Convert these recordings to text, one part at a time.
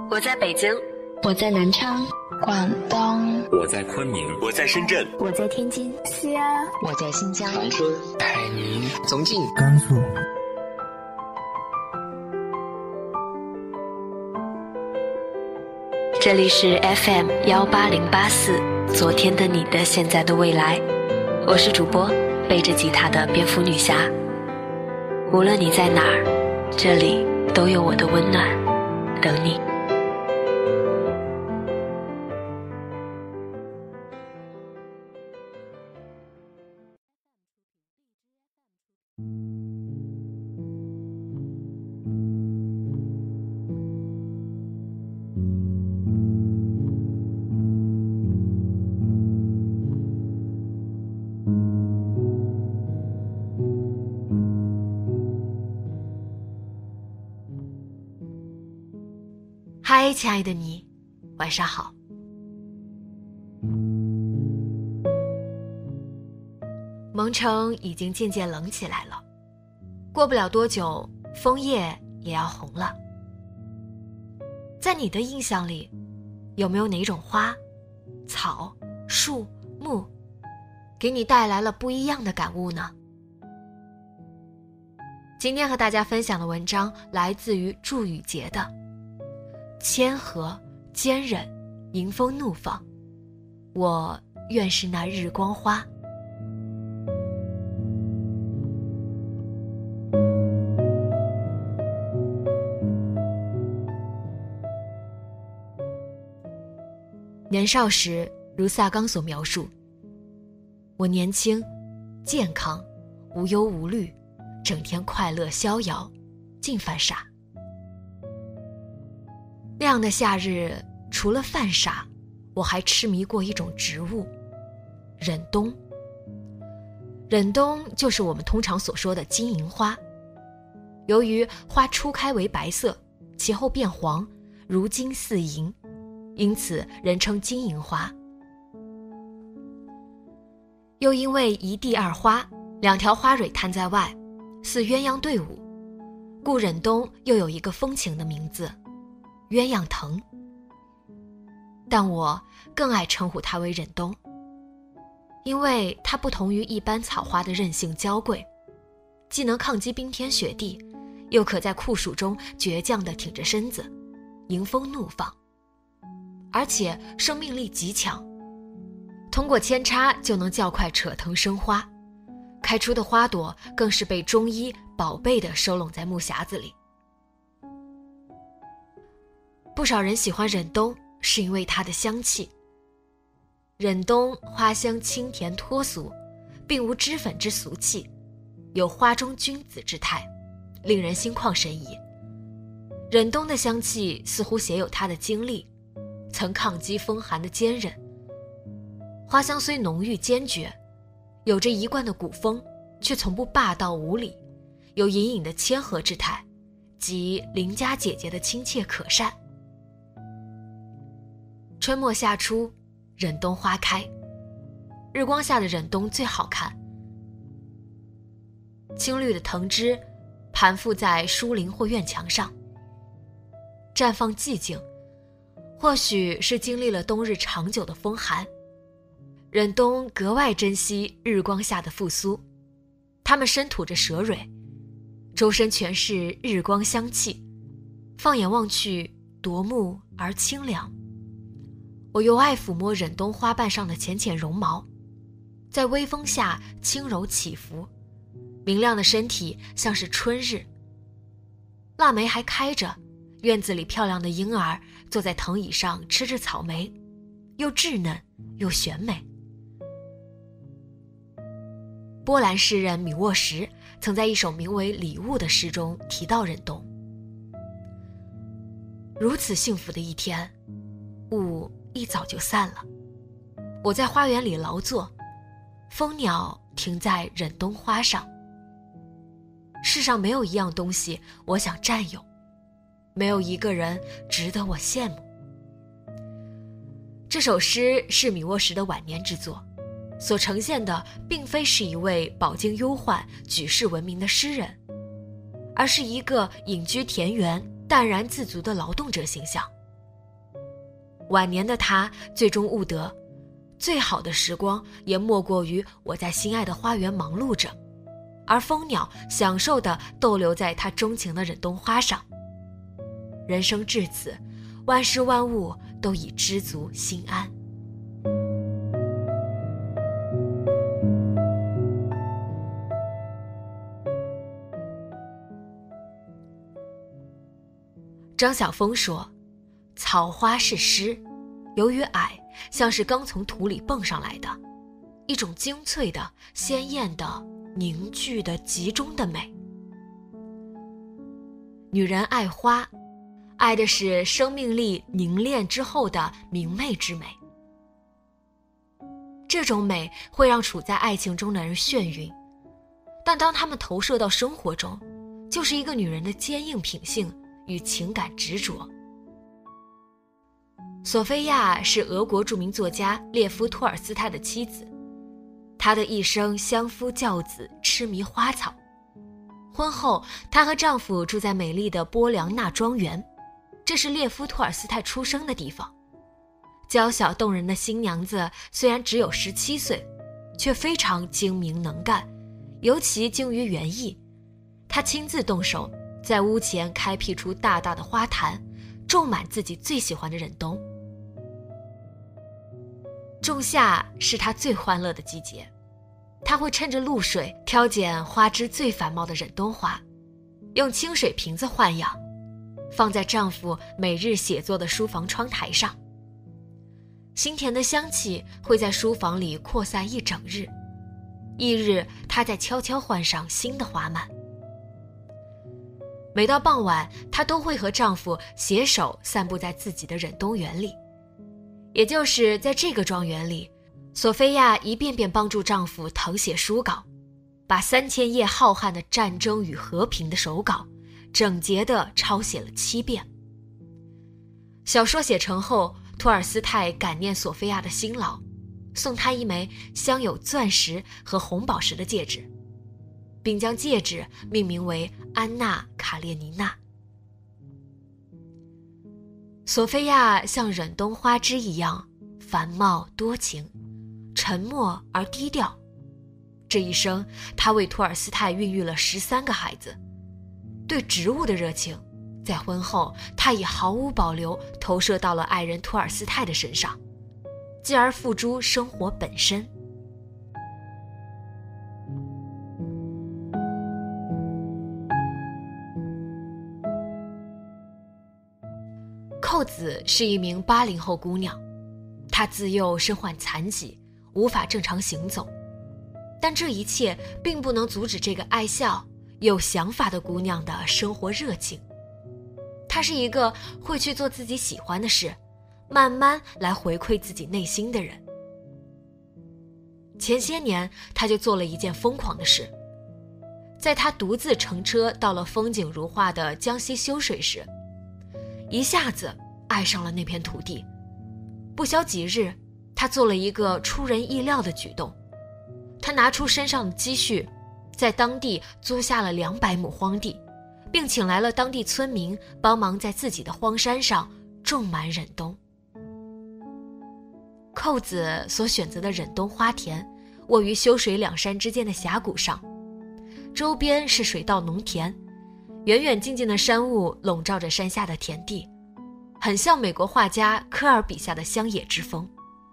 我在北京， 我在南昌， 广东， 我在昆明， 我在深圳， 我在天津， 西安， 我在新疆， 长春， 海宁， 重庆， 甘肃。 这里是 FM18084，昨天的你的现在的未来，我是主播背着吉他的蝙蝠女侠。无论你在哪儿，这里都有我的温暖等你。嗨，亲爱的你，晚上好。蒙城已经渐渐冷起来了，过不了多久，枫叶也要红了。在你的印象里，有没有哪种花、草、树、木，给你带来了不一样的感悟呢？今天和大家分享的文章来自于祝宇杰的谦和坚韧，迎风怒放，我愿是那日光花。年少时，如萨冈所描述，我年轻健康，无忧无虑，整天快乐逍遥，尽犯傻。那样的夏日，除了犯傻，我还痴迷过一种植物——忍冬。忍冬就是我们通常所说的金银花。由于花初开为白色，其后变黄，如金似银，因此人称金银花。又因为一地二花，两条花蕊摊在外，似鸳鸯队伍，故忍冬又有一个风情的名字——鸳鸯藤。但我更爱称呼它为忍冬，因为它不同于一般草花的韧性娇贵，既能抗击冰天雪地，又可在酷暑中倔强地挺着身子，迎风怒放，而且生命力极强，通过扦插就能较快扯藤生花，开出的花朵更是被中医宝贝地收拢在木匣子里。不少人喜欢忍冬，是因为它的香气。忍冬花香清甜脱俗，并无脂粉之俗气，有花中君子之态，令人心旷神怡。忍冬的香气似乎写有它的经历，曾抗击风寒的坚韧。花香虽浓郁坚决，有着一贯的古风，却从不霸道无理，有隐隐的谦和之态，即邻家姐姐的亲切可善。春末夏初，忍冬花开，日光下的忍冬最好看。青绿的藤枝盘附在疏林或院墙上，绽放寂静，或许是经历了冬日长久的风寒。忍冬格外珍惜日光下的复苏，它们身吐着蛇蕊，周身全是日光香气，放眼望去，夺目而清凉。我尤爱抚摸忍冬花瓣上的浅浅绒毛，在微风下轻柔起伏，明亮的身体像是春日。腊梅还开着，院子里漂亮的婴儿坐在藤椅上吃着草莓，又稚嫩又选美。波兰诗人米沃什曾在一首名为《礼物》的诗中提到忍冬。如此幸福的一天，雾一早就散了，我在花园里劳作，蜂鸟停在忍冬花上。世上没有一样东西我想占有，没有一个人值得我羡慕。这首诗是米沃什的晚年之作，所呈现的并非是一位饱经忧患、举世闻名的诗人，而是一个隐居田园、淡然自足的劳动者形象。 晚年的他最终悟得，最好的时光也莫过于我在心爱的花园忙碌着，而蜂鸟享受地逗留在他钟情的忍冬花上。人生至此，万事万物都已知足心安。张晓峰说，草花是诗，由于矮，像是刚从土里蹦上来的，一种精粹的、鲜艳的、凝聚的、集中的美。女人爱花，爱的是生命力凝练之后的明媚之美。这种美会让处在爱情中的人眩晕，但当他们投射到生活中，就是一个女人的坚硬品性与情感执着。索菲亚是俄国著名作家列夫·托尔斯泰的妻子，她的一生相夫教子，痴迷花草。婚后，她和丈夫住在美丽的波良纳庄园，这是列夫·托尔斯泰出生的地方。娇小动人的新娘子虽然只有17岁，却非常精明能干，尤其精于园艺。她亲自动手，在屋前开辟出大大的花坛，种满自己最喜欢的忍冬。仲夏是她最欢乐的季节，她会趁着露水挑拣花枝最繁茂的忍冬花，用清水瓶子豢养，放在丈夫每日写作的书房窗台上。新甜的香气会在书房里扩散一整日，翌日她再悄悄换上新的花蔓。每到傍晚，她都会和丈夫携手散步在自己的忍冬园里。也就是在这个庄园里，索菲亚一遍遍帮助丈夫誊写书稿，把3000页浩瀚的战争与和平的手稿整洁地抄写了7遍。小说写成后，托尔斯泰感念索菲亚的辛劳，送她一枚镶有钻石和红宝石的戒指，并将戒指命名为安娜·卡列尼娜。索菲亚像忍冬花枝一样繁茂多情，沉默而低调。这一生，她为托尔斯泰孕育了13个孩子。对植物的热情，在婚后她已毫无保留投射到了爱人托尔斯泰的身上，继而付诸生活本身。扣子是一名80后姑娘，她自幼身患残疾，无法正常行走，但这一切并不能阻止这个爱笑、有想法的姑娘的生活热情。她是一个会去做自己喜欢的事，慢慢来回馈自己内心的人。前些年，她就做了一件疯狂的事，在她独自乘车到了风景如画的江西修水时，一下子爱上了那片土地。不消几日，他做了一个出人意料的举动，他拿出身上的积蓄，在当地租下了200亩荒地，并请来了当地村民帮忙在自己的荒山上种满忍冬。扣子所选择的忍冬花田卧于修水2山之间的峡谷上，周边是水稻农田，远远近近的山雾笼罩着山下的田地，很像美国画家科尔笔下的乡野之风。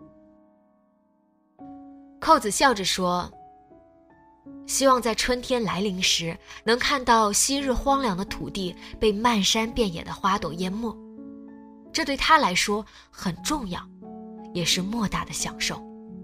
扣子笑着说，希望在春天来临时，能看到昔日荒凉的土地被漫山遍野的花朵淹没，这对他来说很重要，也是莫大的享受。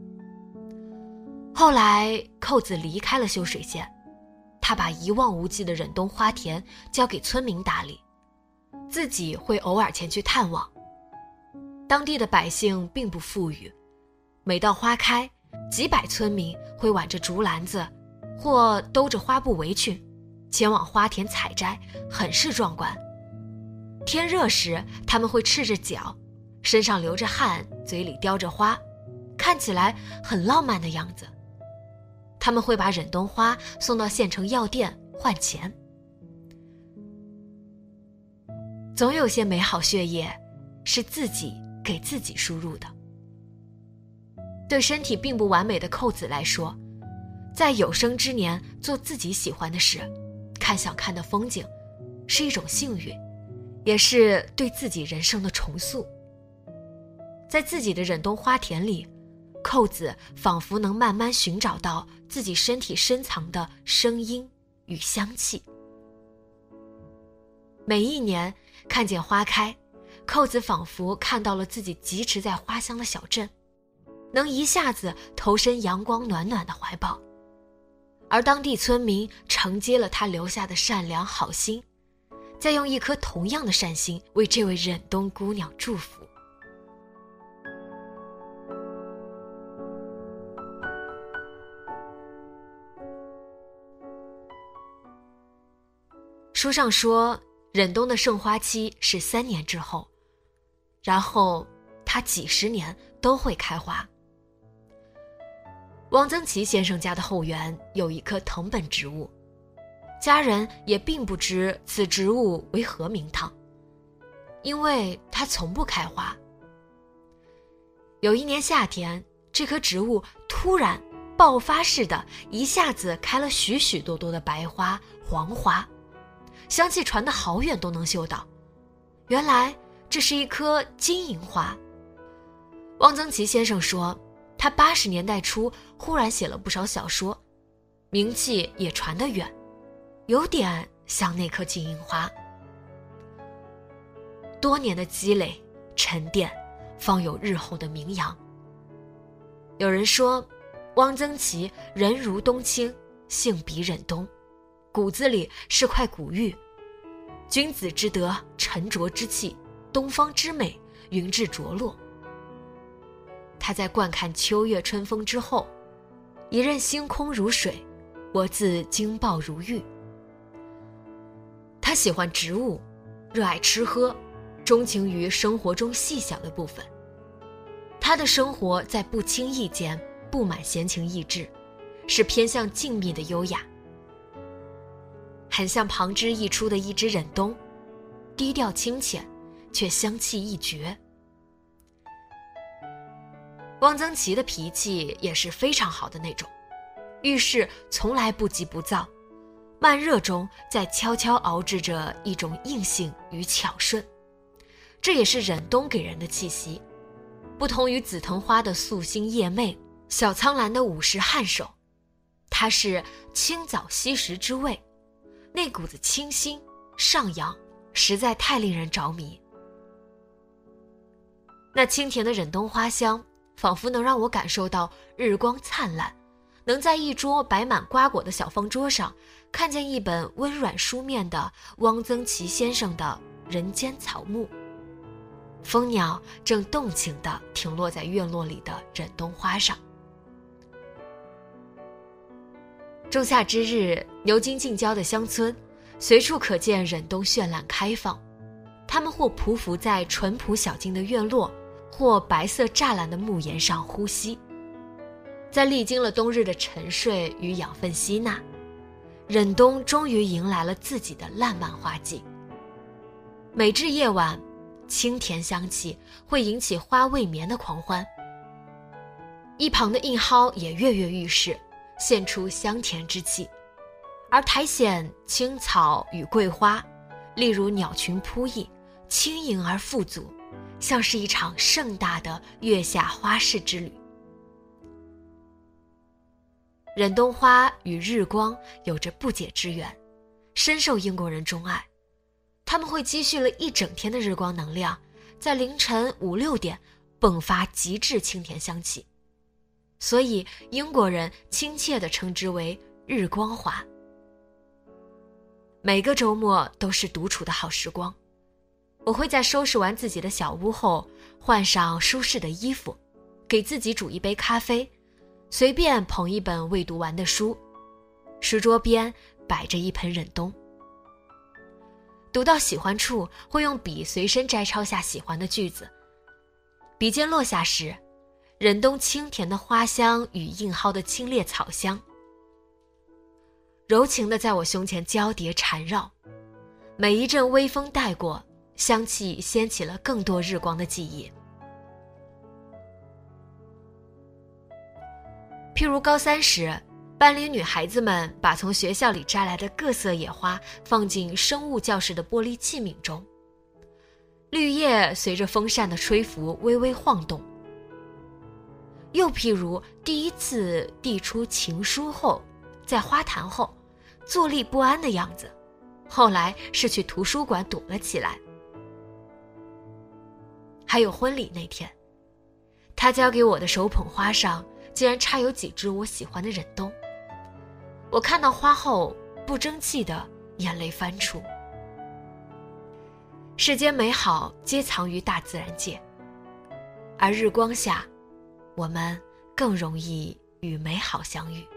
后来扣子离开了修水县，他把一望无际的忍冬花田交给村民打理，自己会偶尔前去探望。当地的百姓并不富裕，每到花开，几百村民会挽着竹篮子或兜着花布围裙前往花田采摘，很是壮观。天热时，他们会赤着脚，身上流着汗，嘴里叼着花，看起来很浪漫的样子。他们会把忍冬花送到县城药店换钱。总有些美好血液是自己给自己输入的。对身体并不完美的扣子来说，在有生之年做自己喜欢的事，看想看的风景，是一种幸运，也是对自己人生的重塑。在自己的忍冬花田里，扣子仿佛能慢慢寻找到自己身体深藏的声音与香气。每一年看见花开，扣子仿佛看到了自己疾驰在花香的小镇，能一下子投身阳光暖暖的怀抱，而当地村民承接了他留下的善良好心，再用一颗同样的善心为这位忍冬姑娘祝福。书上说，忍冬的盛花期是3年之后，然后它几十年都会开花。汪曾祺先生家的后园有一棵藤本植物，家人也并不知此植物为何名堂，因为它从不开花。有一年夏天，这棵植物突然爆发似的一下子开了许许多多的白花、黄花，香气传得好远都能嗅到。原来这是一棵金银花。汪曾祺先生说，他80年代初忽然写了不少小说，名气也传得远，有点像那颗金银花。多年的积累沉淀，方有日后的名扬。有人说，汪曾祺人如冬青，性比忍冬，骨子里是块古玉，君子之德，沉着之气，东方之美，云至着落。他在观看秋月春风之后，一任星空如水，我自惊爆如玉。他喜欢植物，热爱吃喝，钟情于生活中细小的部分。他的生活在不经意间布满闲情逸致，是偏向静谧的优雅，很像旁枝溢出的一只忍冬，低调清浅，却香气一绝。汪曾祺的脾气也是非常好的那种，遇事从来不急不躁，慢热中在悄悄熬制着一种硬性与巧顺，这也是忍冬给人的气息。不同于紫藤花的素心叶媚，小苍兰的午时颔首，它是清早吸食之味，那股子清新上扬，实在太令人着迷。那清甜的忍冬花香仿佛能让我感受到日光灿烂，能在一桌摆满瓜果的小方桌上看见一本温软书面的汪曾祺先生的《人间草木》，蜂鸟正动情地停落在院落里的忍冬花上。仲夏之日，牛津近郊的乡村随处可见忍冬绚烂开放，它们或匍匐在淳朴小径的院落，或白色栅栏的木檐上呼吸。在历经了冬日的沉睡与养分吸纳，忍冬终于迎来了自己的烂漫花季。每至夜晚，清甜香气会引起花未眠的狂欢，一旁的印蒿也跃跃欲试，现出香甜之气，而苔藓、青草与桂花例如鸟群扑翼，轻盈而富足，像是一场盛大的月下花市之旅。忍冬花与日光有着不解之缘，深受英国人钟爱。他们会积蓄了一整天的日光能量，在凌晨5、6点迸发极致清甜香气，所以英国人亲切地称之为日光花。每个周末都是独处的好时光，我会在收拾完自己的小屋后，换上舒适的衣服，给自己煮一杯咖啡，随便捧一本未读完的书，书桌边摆着一盆忍冬。读到喜欢处，会用笔随身摘抄下喜欢的句子，笔尖落下时，忍冬清甜的花香与印蒿的清冽草香柔情地在我胸前交叠缠绕，每一阵微风带过，香气掀起了更多日光的记忆， 譬如高3时，班里女孩子们把从学校里摘来的各色野花放进生物教室的玻璃器皿中，绿叶随着风扇的吹拂微微晃动。又譬如第一次递出情书后，在花坛后坐立不安的样子，后来是去图书馆躲了起来。还有婚礼那天，他交给我的手捧花上竟然插有几只我喜欢的忍冬，我看到花后不争气的眼泪翻出。世间美好皆藏于大自然界，而日光下，我们更容易与美好相遇。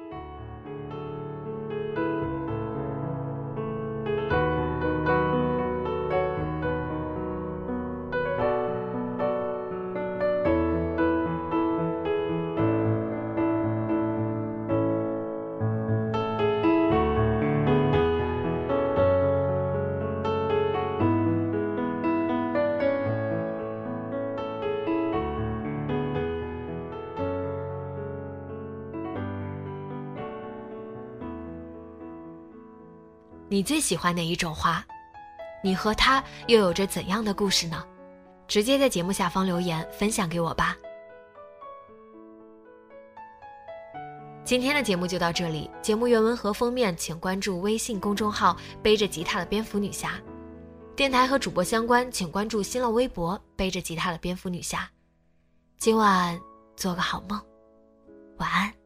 你最喜欢哪一种花？你和它又有着怎样的故事呢？直接在节目下方留言分享给我吧。今天的节目就到这里，节目原文和封面请关注微信公众号背着吉他的蝙蝠女侠，电台和主播相关请关注新浪微博背着吉他的蝙蝠女侠。今晚做个好梦，晚安。